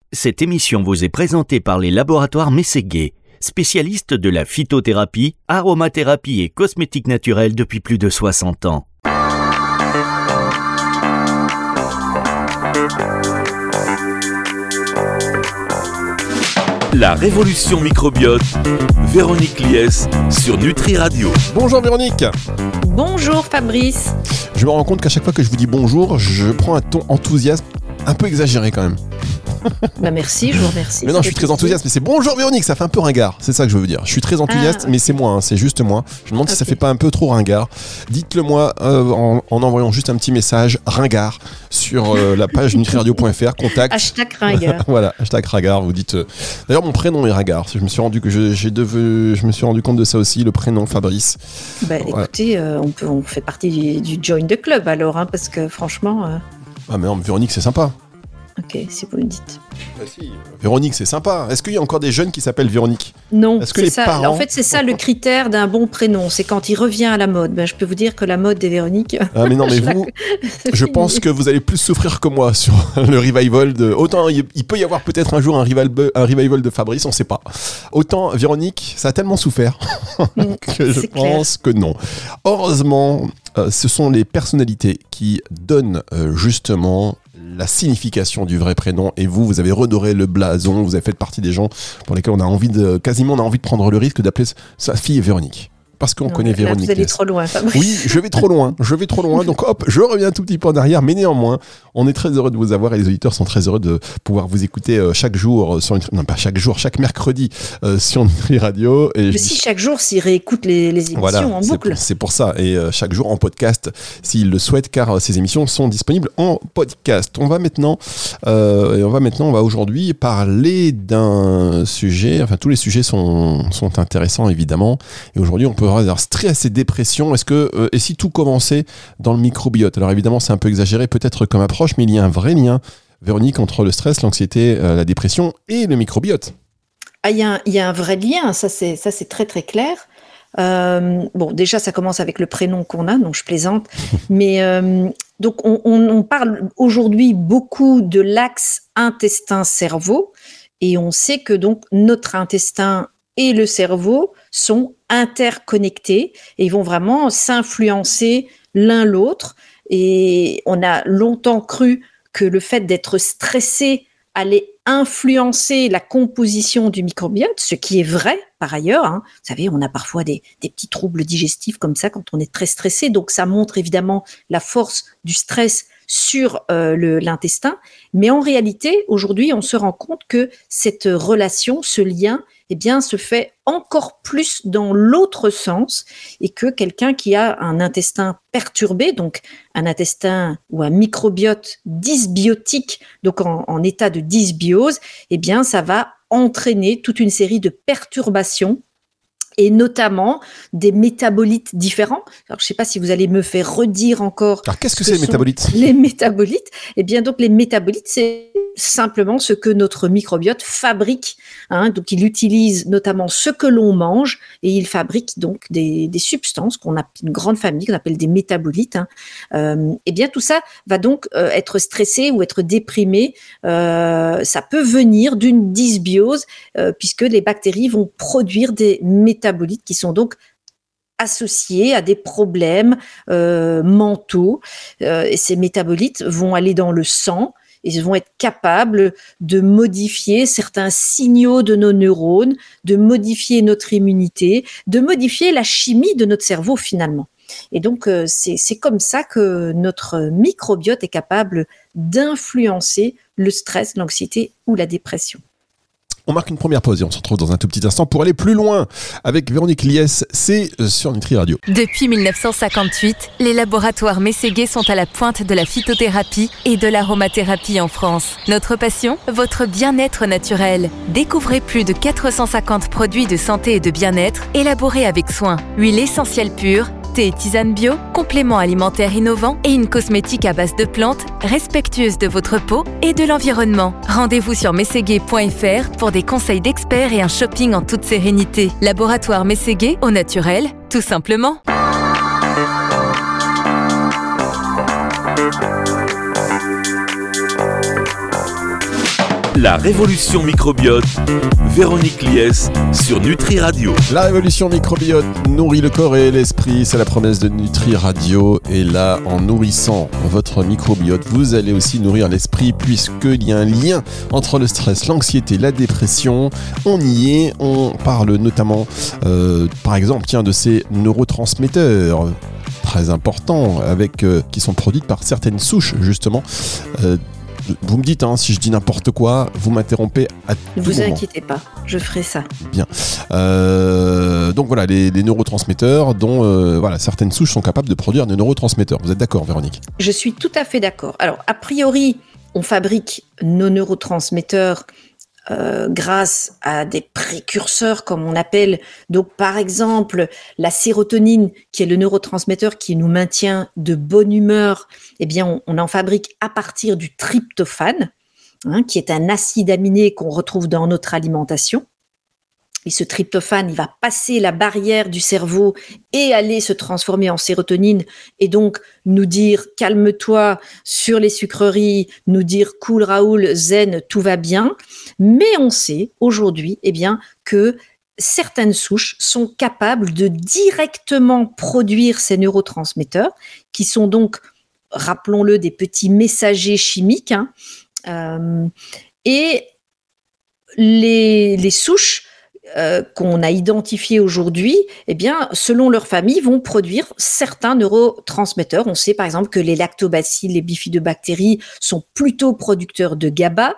Cette émission vous est présentée par les laboratoires Mességuet, spécialistes de la phytothérapie, aromathérapie et cosmétiques naturels depuis plus de 60 ans. La révolution microbiote, Véronique Lies sur Nutri Radio. Bonjour Véronique. Bonjour Fabrice. Je me rends compte qu'à chaque fois que je vous dis bonjour, je prends un ton enthousiasme un peu exagéré quand même. Bah merci, je vous remercie. Mais non, je suis très enthousiaste, mais c'est bonjour Véronique, ça fait un peu ringard, c'est ça que je veux dire. Je suis très enthousiaste, mais c'est moi, c'est juste moi. Je me demande si ça fait pas un peu trop ringard. Dites-le moi en envoyant juste un petit message ringard sur la page nutriradio.fr, contact. Hashtag ringard. Voilà, hashtag ringard, vous dites... D'ailleurs, mon prénom est ringard, je me suis rendu compte de ça aussi, le prénom Fabrice. Bah voilà. Écoutez, on fait partie du join the club alors, hein, parce que franchement... Ah mais non, Véronique, c'est sympa. Ok, si vous le dites. Ah si, Véronique, c'est sympa. Est-ce qu'il y a encore des jeunes qui s'appellent Véronique ? Non, est-ce que les ça. Parents... En fait, c'est ça le critère d'un bon prénom. C'est quand il revient à la mode. Ben, je peux vous dire que la mode des Véronique... Ah mais non, mais vous, je pense que vous allez plus souffrir que moi sur le revival de... Autant, il peut y avoir peut-être un jour un revival de Fabrice, on ne sait pas. Autant, Véronique, ça a tellement souffert que je pense que non. Heureusement, ce sont les personnalités qui donnent justement... la signification du vrai prénom, et vous avez redoré le blason, vous avez fait partie des gens pour lesquels on a envie de prendre le risque d'appeler sa fille Véronique. Parce qu'on connaît Véronique. Vous allez trop loin, Fabrice. Oui, je vais trop loin, donc hop, je reviens un tout petit peu en arrière, mais néanmoins, on est très heureux de vous avoir et les auditeurs sont très heureux de pouvoir vous écouter chaque jour, chaque mercredi sur Nutri Radio. Et chaque jour, s'ils réécoutent les émissions en boucle. C'est pour ça, et chaque jour en podcast, s'ils le souhaitent, car ces émissions sont disponibles en podcast. On va aujourd'hui parler d'un sujet, enfin tous les sujets sont intéressants évidemment, et aujourd'hui on peut avoir stress et dépression. Et si tout commençait dans le microbiote ? Alors évidemment, c'est un peu exagéré peut-être comme approche, mais il y a un vrai lien, Véronique, entre le stress, l'anxiété, la dépression et le microbiote. Ah, il y a un vrai lien, ça c'est très très clair. Bon, déjà, ça commence avec le prénom qu'on a, donc je plaisante. Mais donc, on parle aujourd'hui beaucoup de l'axe intestin-cerveau, et on sait que donc notre intestin et le cerveau sont interconnectés et ils vont vraiment s'influencer l'un l'autre. Et on a longtemps cru que le fait d'être stressé allait influencer la composition du microbiote, ce qui est vrai par ailleurs. Hein. Vous savez, on a parfois des petits troubles digestifs comme ça quand on est très stressé. Donc ça montre évidemment la force du stress sur l'intestin. Mais en réalité, aujourd'hui, on se rend compte que cette relation, ce lien, se fait encore plus dans l'autre sens, et que quelqu'un qui a un intestin perturbé, donc un intestin ou un microbiote dysbiotique, donc en état de dysbiose, ça va entraîner toute une série de perturbations, et notamment des métabolites différents. Alors, je ne sais pas si vous allez me faire redire encore. Alors, qu'est-ce que c'est les métabolites ? Les métabolites, donc les métabolites, c'est simplement ce que notre microbiote fabrique. Hein. Donc, il utilise notamment ce que l'on mange, et il fabrique donc des substances qu'on a une grande famille qu'on appelle des métabolites. Hein. Tout ça va donc être stressé ou être déprimé. Ça peut venir d'une dysbiose, puisque les bactéries vont produire des métabolites qui sont donc associés à des problèmes mentaux. Et ces métabolites vont aller dans le sang et ils vont être capables de modifier certains signaux de nos neurones, de modifier notre immunité, de modifier la chimie de notre cerveau finalement. Et donc, c'est comme ça que notre microbiote est capable d'influencer le stress, l'anxiété ou la dépression. On marque une première pause et on se retrouve dans un tout petit instant pour aller plus loin avec Véronique Lies, c'est sur Nutri Radio. Depuis 1958, les laboratoires Mességuet sont à la pointe de la phytothérapie et de l'aromathérapie en France. Notre passion, votre bien-être naturel. Découvrez plus de 450 produits de santé et de bien-être élaborés avec soin. Huile essentielle pure, thé et tisane bio, compléments alimentaires innovants et une cosmétique à base de plantes respectueuse de votre peau et de l'environnement. Rendez-vous sur mességuet.fr pour des conseils d'experts et un shopping en toute sérénité. Laboratoire Mességuet, au naturel, tout simplement. La révolution microbiote, Véronique Lies sur Nutri Radio. La révolution microbiote nourrit le corps et l'esprit, c'est la promesse de Nutri Radio. Et là, en nourrissant votre microbiote, vous allez aussi nourrir l'esprit, puisqu'il y a un lien entre le stress, l'anxiété, la dépression. On y est, on parle notamment, par exemple, de ces neurotransmetteurs très importants, qui sont produits par certaines souches, justement. Vous me dites, si je dis n'importe quoi, vous m'interrompez à tout moment. Ne vous inquiétez pas, je ferai ça. Bien. Donc voilà, les neurotransmetteurs dont certaines souches sont capables de produire des neurotransmetteurs. Vous êtes d'accord, Véronique ? Je suis tout à fait d'accord. Alors, a priori, on fabrique nos neurotransmetteurs grâce à des précurseurs, comme on appelle. Donc, par exemple, la sérotonine, qui est le neurotransmetteur qui nous maintient de bonne humeur, eh bien, on en fabrique à partir du tryptophane, qui est un acide aminé qu'on retrouve dans notre alimentation. Et ce tryptophane, il va passer la barrière du cerveau et aller se transformer en sérotonine et donc nous dire « calme-toi sur les sucreries », nous dire « cool Raoul, zen, tout va bien ». Mais on sait aujourd'hui que certaines souches sont capables de directement produire ces neurotransmetteurs qui sont donc, rappelons-le, des petits messagers chimiques. Et les souches qu'on a identifiés aujourd'hui, selon leur famille, vont produire certains neurotransmetteurs. On sait par exemple que les lactobacilles, les bifidobactéries sont plutôt producteurs de GABA.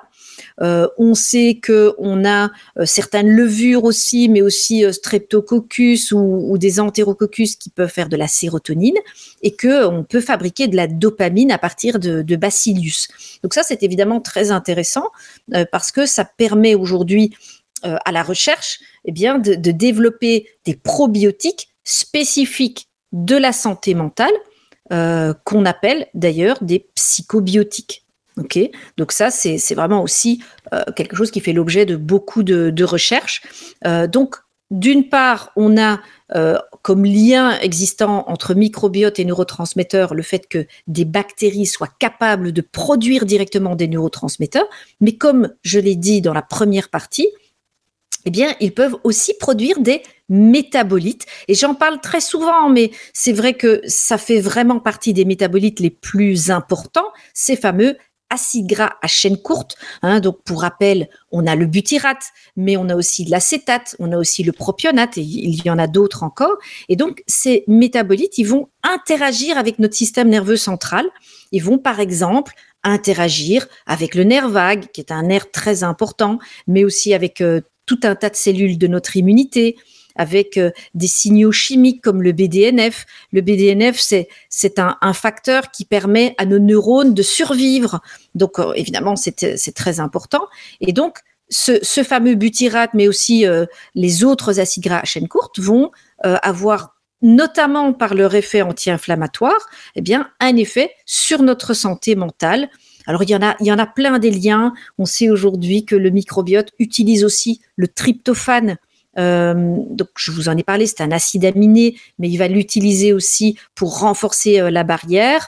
On sait qu'on a certaines levures aussi, mais aussi Streptococcus ou des Enterococcus qui peuvent faire de la sérotonine et qu'on peut fabriquer de la dopamine à partir de Bacillus. Donc ça, c'est évidemment très intéressant parce que ça permet aujourd'hui à la recherche de développer des probiotiques spécifiques de la santé mentale qu'on appelle d'ailleurs des psychobiotiques. Okay. Donc ça, c'est vraiment aussi quelque chose qui fait l'objet de beaucoup de recherches. Donc, d'une part, on a comme lien existant entre microbiote et neurotransmetteurs le fait que des bactéries soient capables de produire directement des neurotransmetteurs, mais comme je l'ai dit dans la première partie, ils peuvent aussi produire des métabolites. Et j'en parle très souvent, mais c'est vrai que ça fait vraiment partie des métabolites les plus importants, ces fameux acides gras à chaîne courte. Donc, pour rappel, on a le butyrate, mais on a aussi de l'acétate, on a aussi le propionate, et il y en a d'autres encore. Et donc, ces métabolites, ils vont interagir avec notre système nerveux central. Ils vont, par exemple, interagir avec le nerf vague, qui est un nerf très important, mais aussi avec tout un tas de cellules de notre immunité, avec des signaux chimiques comme le BDNF. Le BDNF, c'est un facteur qui permet à nos neurones de survivre. Donc, évidemment, c'est très important. Et donc, ce fameux butyrate, mais aussi les autres acides gras à chaîne courte vont avoir, notamment par leur effet anti-inflammatoire, un effet sur notre santé mentale. Alors, il y en a plein des liens. On sait aujourd'hui que le microbiote utilise aussi le tryptophane. Donc, je vous en ai parlé, c'est un acide aminé, mais il va l'utiliser aussi pour renforcer la barrière.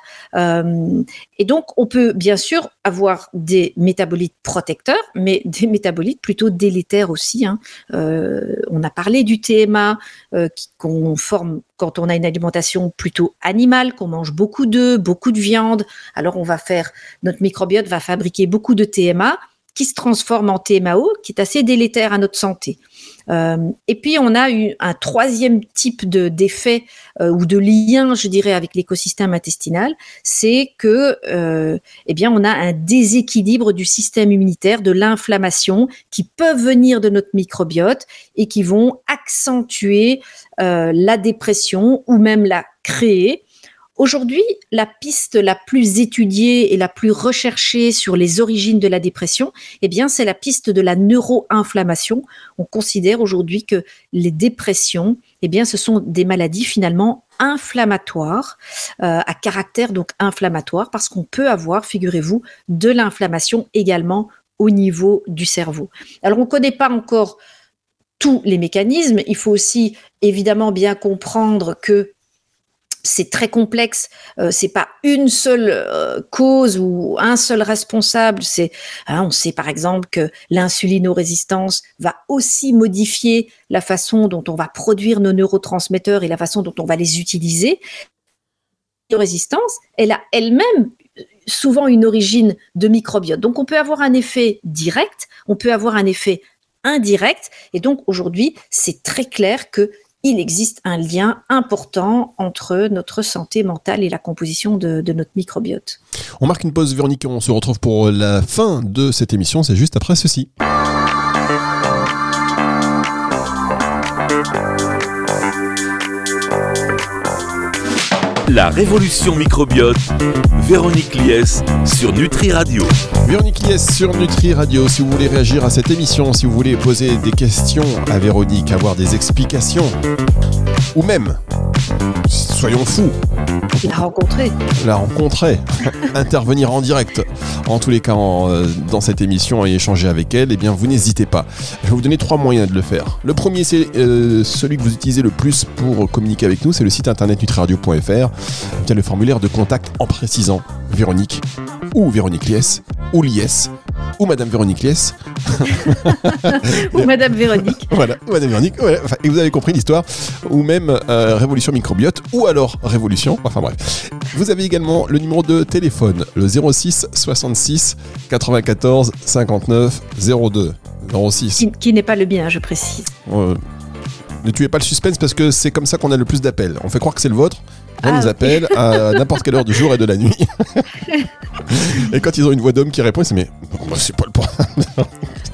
Et donc, on peut bien sûr avoir des métabolites protecteurs, mais des métabolites plutôt délétères aussi. On a parlé du TMA qu'on forme quand on a une alimentation plutôt animale, qu'on mange beaucoup d'œufs, beaucoup de viande. Alors, notre microbiote va fabriquer beaucoup de TMA qui se transforme en TMAO, qui est assez délétère à notre santé. Et puis, on a eu un troisième type d'effet ou de lien, je dirais, avec l'écosystème intestinal, c'est que, on a un déséquilibre du système immunitaire, de l'inflammation, qui peuvent venir de notre microbiote et qui vont accentuer la dépression ou même la créer. Aujourd'hui, la piste la plus étudiée et la plus recherchée sur les origines de la dépression, c'est la piste de la neuroinflammation. On considère aujourd'hui que les dépressions, ce sont des maladies finalement inflammatoires, à caractère donc inflammatoire, parce qu'on peut avoir, figurez-vous, de l'inflammation également au niveau du cerveau. Alors, on ne connaît pas encore tous les mécanismes. Il faut aussi évidemment bien comprendre que c'est très complexe. C'est pas une seule cause ou un seul responsable. On sait par exemple que l'insulinorésistance va aussi modifier la façon dont on va produire nos neurotransmetteurs et la façon dont on va les utiliser. La résistance, elle a elle-même souvent une origine de microbiote. Donc on peut avoir un effet direct, on peut avoir un effet indirect. Et donc aujourd'hui, c'est très clair qu'il existe un lien important entre notre santé mentale et la composition de notre microbiote. On marque une pause, Véronique, on se retrouve pour la fin de cette émission, c'est juste après ceci. La révolution microbiote, Véronique Lies sur Nutri Radio. Véronique Lies sur Nutri Radio. Si vous voulez réagir à cette émission, si vous voulez poser des questions à Véronique, avoir des explications, ou même, soyons fous, la rencontrer, intervenir en direct, en tous les cas dans cette émission et échanger avec elle, eh bien vous n'hésitez pas. Je vais vous donner 3 moyens de le faire. Le premier, c'est celui que vous utilisez le plus pour communiquer avec nous, c'est le site internet nutriradio.fr. Il y a le formulaire de contact en précisant Véronique ou Véronique Lies ou Lies ou Madame Véronique Lies ou Madame Véronique. Voilà, ou Madame Véronique. Voilà. Enfin, et vous avez compris l'histoire. Ou même Révolution Microbiote ou alors Révolution. Enfin bref. Vous avez également le numéro de téléphone, le 06 66 94 59 02. 06. Qui n'est pas le bien, je précise. Ne tuez pas le suspense parce que c'est comme ça qu'on a le plus d'appels. On fait croire que c'est le vôtre. On nous appelle à n'importe quelle heure du jour et de la nuit. Et quand ils ont une voix d'homme qui répond, ils se disent mais c'est pas le point.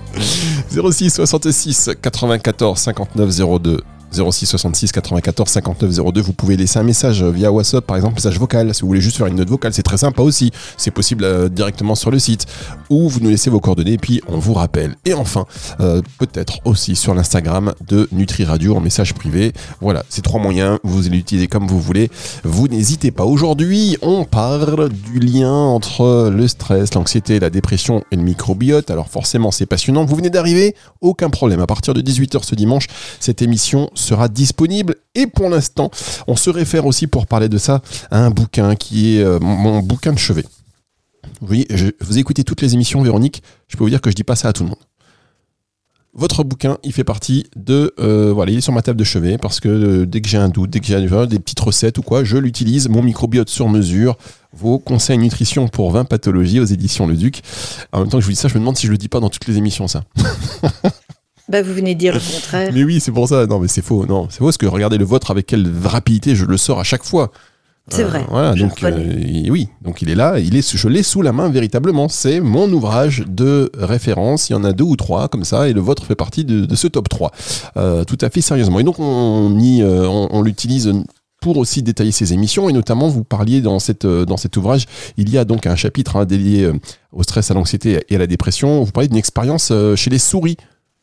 06 66 94 59 02. 06 66 94 59 02. Vous pouvez laisser un message via WhatsApp, par exemple, message vocal. Si vous voulez juste faire une note vocale, c'est très sympa aussi. C'est possible directement sur le site. Ou vous nous laissez vos coordonnées et puis on vous rappelle. Et enfin, peut-être aussi sur l'Instagram de Nutri Radio en message privé. Voilà, ces 3 moyens. Vous les utilisez comme vous voulez. Vous n'hésitez pas. Aujourd'hui, on parle du lien entre le stress, l'anxiété, la dépression et le microbiote. Alors forcément, c'est passionnant. Vous venez d'arriver, aucun problème. À partir de 18h ce dimanche, cette émission sera disponible et pour l'instant on se réfère aussi pour parler de ça à un bouquin qui est mon bouquin de chevet. Vous voyez, vous écoutez toutes les émissions, Véronique, je peux vous dire que je dis pas ça à tout le monde. Votre bouquin, il fait partie de... voilà, il est sur ma table de chevet parce que dès que j'ai un doute, dès que j'ai des petites recettes ou quoi, je l'utilise, mon microbiote sur mesure, vos conseils nutrition pour 20 pathologies aux éditions Le Duc. En même temps que je vous dis ça, je me demande si je le dis pas dans toutes les émissions, ça. Vous venez de dire le contraire. Mais oui, c'est pour ça. Non, mais c'est faux. Non, c'est faux parce que regardez le vôtre avec quelle rapidité je le sors à chaque fois. C'est vrai. Voilà, donc oui, donc il est là, je l'ai sous la main véritablement. C'est mon ouvrage de référence. Il y en a 2 ou 3 comme ça, et le vôtre fait partie de ce top 3. Tout à fait sérieusement. Et donc on l'utilise pour aussi détailler ces émissions, et notamment vous parliez dans cet ouvrage, il y a donc un chapitre dédié au stress, à l'anxiété et à la dépression. Vous parlez d'une expérience chez les souris.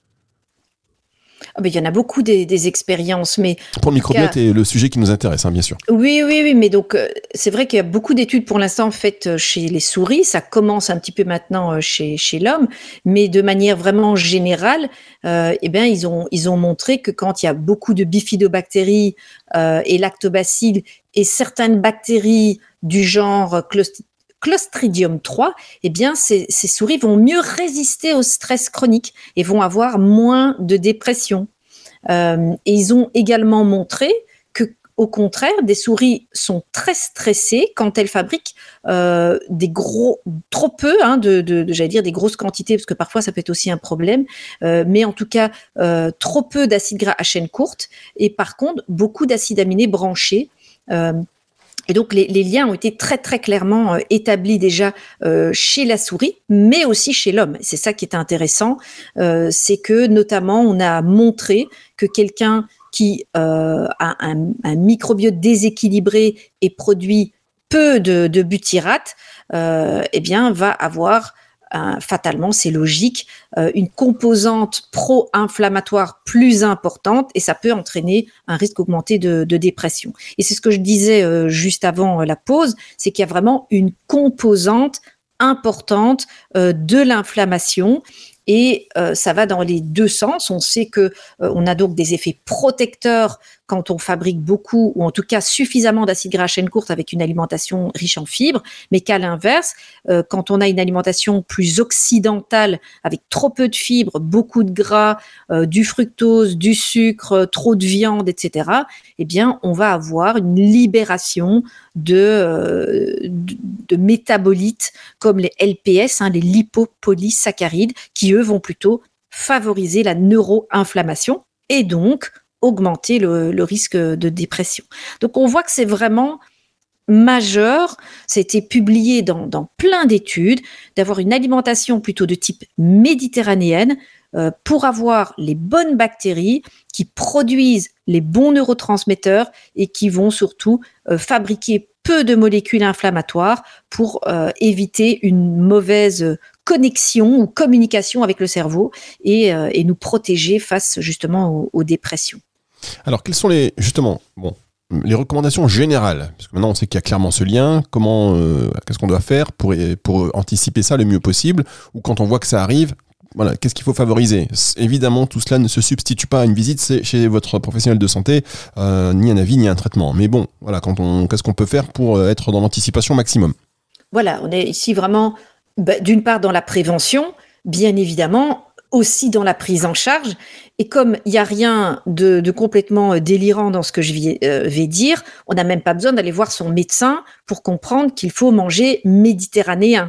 Il y en a beaucoup des expériences, mais... Pour le microbiote est le sujet qui nous intéresse, bien sûr. Oui, mais donc c'est vrai qu'il y a beaucoup d'études pour l'instant faites chez les souris, ça commence un petit peu maintenant chez l'homme, mais de manière vraiment générale, ils ont montré que quand il y a beaucoup de bifidobactéries et lactobacilles et certaines bactéries du genre Clostridium 3, ces souris vont mieux résister au stress chronique et vont avoir moins de dépression. Et ils ont également montré que, au contraire, des souris sont très stressées quand elles fabriquent trop peu, j'allais dire des grosses quantités, parce que parfois ça peut être aussi un problème, mais en tout cas trop peu d'acides gras à chaîne courte et par contre beaucoup d'acides aminés branchés. Et donc, les liens ont été très, très clairement établis déjà chez la souris, mais aussi chez l'homme. C'est ça qui est intéressant, c'est que notamment, on a montré que quelqu'un qui a un microbiote déséquilibré et produit peu de butyrate, va avoir fatalement, c'est logique, une composante pro-inflammatoire plus importante et ça peut entraîner un risque augmenté de dépression. Et c'est ce que je disais juste avant la pause, c'est qu'il y a vraiment une composante importante de l'inflammation. Et ça va dans les 2 sens. On sait que on a donc des effets protecteurs quand on fabrique beaucoup, ou en tout cas suffisamment d'acides gras à chaîne courte avec une alimentation riche en fibres, mais qu'à l'inverse, quand on a une alimentation plus occidentale, avec trop peu de fibres, beaucoup de gras, du fructose, du sucre, trop de viande, etc., eh bien, on va avoir une libération de métabolites comme les LPS, les lipopolysaccharides, qui eux vont plutôt favoriser la neuroinflammation et donc augmenter le risque de dépression. Donc on voit que c'est vraiment majeur, ça a été publié dans plein d'études, d'avoir une alimentation plutôt de type méditerranéenne pour avoir les bonnes bactéries qui produisent les bons neurotransmetteurs et qui vont surtout fabriquer peu de molécules inflammatoires pour éviter une mauvaise connexion ou communication avec le cerveau et nous protéger face justement aux dépressions. Alors, quelles sont les recommandations générales? Parce que maintenant, on sait qu'il y a clairement ce lien. Qu'est-ce qu'on doit faire pour anticiper ça le mieux possible? Ou quand on voit que ça arrive, voilà, qu'est-ce qu'il faut favoriser? Évidemment, tout cela ne se substitue pas à une visite chez votre professionnel de santé, ni un avis, ni un traitement. Mais bon, voilà, qu'est-ce qu'on peut faire pour être dans l'anticipation maximum? Voilà, on est ici vraiment, d'une part dans la prévention, bien évidemment, aussi dans la prise en charge. Et comme il n'y a rien de complètement délirant dans ce que je vais dire, on n'a même pas besoin d'aller voir son médecin pour comprendre qu'il faut manger méditerranéen.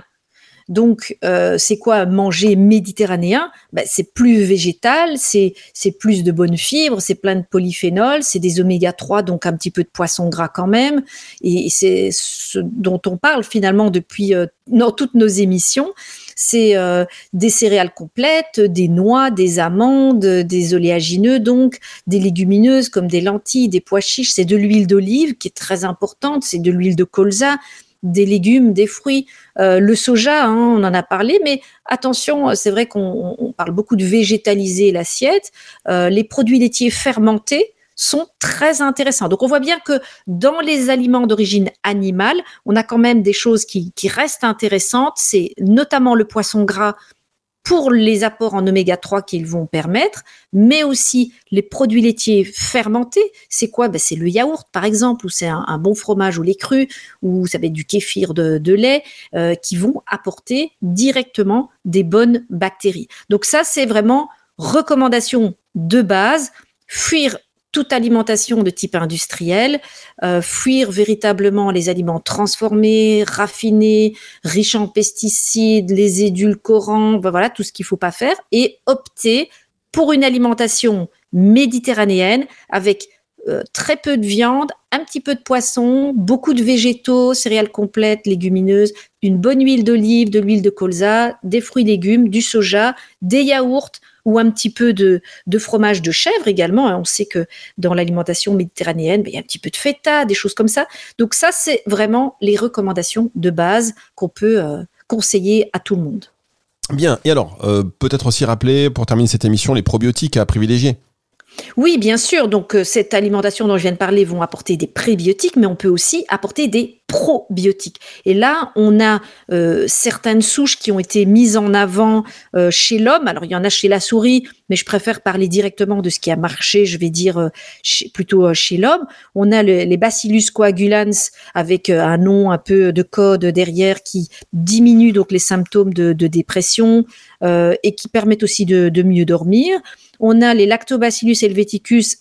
Donc, c'est quoi manger méditerranéen? C'est plus végétal, c'est plus de bonnes fibres, c'est plein de polyphénols, c'est des oméga 3, donc un petit peu de poisson gras quand même. Et c'est ce dont on parle finalement depuis dans toutes nos émissions. C'est des céréales complètes, des noix, des amandes, des oléagineux, donc des légumineuses comme des lentilles, des pois chiches. C'est de l'huile d'olive qui est très importante, c'est de l'huile de colza, des légumes, des fruits, le soja, on en a parlé, mais attention, c'est vrai qu'on parle beaucoup de végétaliser l'assiette. Les produits laitiers fermentés sont très intéressants. Donc on voit bien que dans les aliments d'origine animale, on a quand même des choses qui restent intéressantes. C'est notamment le poisson gras pour les apports en oméga 3 qu'ils vont permettre, mais aussi les produits laitiers fermentés. C'est quoi? C'est le yaourt, par exemple, ou c'est un bon fromage au lait cru, ou ça va être du kéfir de lait, qui vont apporter directement des bonnes bactéries. Donc ça, c'est vraiment recommandation de base, fuir toute alimentation de type industriel, fuir véritablement les aliments transformés, raffinés, riches en pesticides, les édulcorants, voilà tout ce qu'il ne faut pas faire, et opter pour une alimentation méditerranéenne avec très peu de viande, un petit peu de poisson, beaucoup de végétaux, céréales complètes, légumineuses, une bonne huile d'olive, de l'huile de colza, des fruits et légumes, du soja, des yaourts, ou un petit peu de fromage de chèvre également. On sait que dans l'alimentation méditerranéenne, il y a un petit peu de feta, des choses comme ça. Donc ça, c'est vraiment les recommandations de base qu'on peut conseiller à tout le monde. Bien, et alors, peut-être aussi rappeler, pour terminer cette émission, les probiotiques à privilégier. Oui, bien sûr. Donc, cette alimentation dont je viens de parler vont apporter des prébiotiques, mais on peut aussi apporter des probiotiques. Et là, on a certaines souches qui ont été mises en avant chez l'homme. Alors, il y en a chez la souris, mais je préfère parler directement de ce qui a marché, je vais dire plutôt chez l'homme. On a les Bacillus coagulans avec un nom un peu de code derrière qui diminue donc les symptômes de dépression et qui permettent aussi de mieux dormir. On a les Lactobacillus helveticus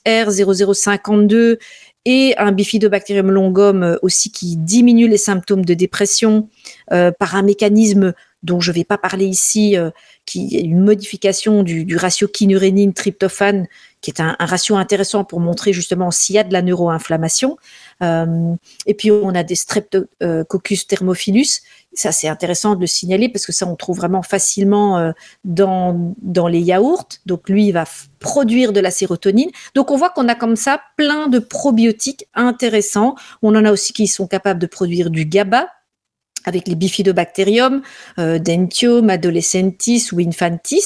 R0052 et un Bifidobacterium longum aussi qui diminue les symptômes de dépression par un mécanisme dont je ne vais pas parler ici, qui est une modification du ratio kynurénine-tryptophane, qui est un ratio intéressant pour montrer justement s'il y a de la neuroinflammation. Et puis on a des Streptococcus thermophilus. Ça, c'est intéressant de le signaler parce que ça, on trouve vraiment facilement dans les yaourts. Donc lui, il va produire de la sérotonine. Donc on voit qu'on a comme ça plein de probiotiques intéressants. On en a aussi qui sont capables de produire du GABA, avec les Bifidobacterium, Dentium, Adolescentis ou Infantis.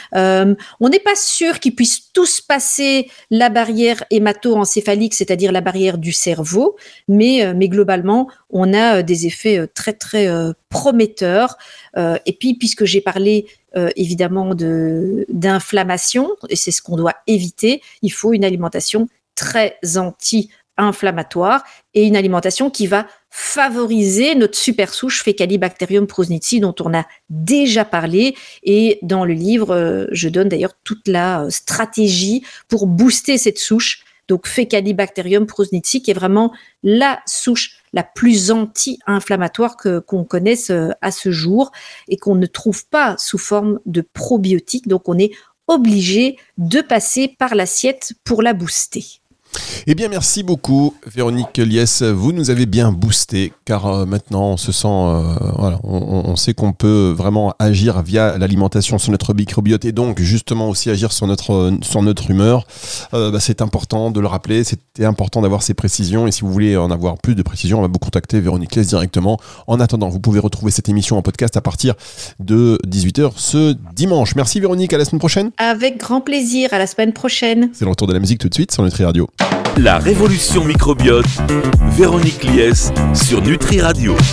On n'est pas sûr qu'ils puissent tous passer la barrière hémato-encéphalique, c'est-à-dire la barrière du cerveau, mais globalement, on a des effets très, très prometteurs. Et puis, puisque j'ai parlé évidemment d'inflammation, et c'est ce qu'on doit éviter, il faut une alimentation très anti-inflammatoire et une alimentation qui va favoriser notre super souche Faecalibacterium prausnitzii dont on a déjà parlé. Et dans le livre, je donne d'ailleurs toute la stratégie pour booster cette souche. Donc Faecalibacterium prausnitzii qui est vraiment la souche la plus anti-inflammatoire qu'on connaisse à ce jour et qu'on ne trouve pas sous forme de probiotiques. Donc on est obligé de passer par l'assiette pour la booster. Eh bien, merci beaucoup, Véronique Liès. Vous nous avez bien boosté, car maintenant, on se sent... on sait qu'on peut vraiment agir via l'alimentation sur notre microbiote et donc, justement, aussi agir sur notre humeur. C'est important de le rappeler. C'était important d'avoir ces précisions. Et si vous voulez en avoir plus de précisions, on va vous contacter Véronique Liès directement. En attendant, vous pouvez retrouver cette émission en podcast à partir de 18h ce dimanche. Merci, Véronique. À la semaine prochaine. Avec grand plaisir. À la semaine prochaine. C'est le retour de la musique tout de suite sur Nutri Radio. La révolution microbiote, Véronique Liès sur Nutri Radio.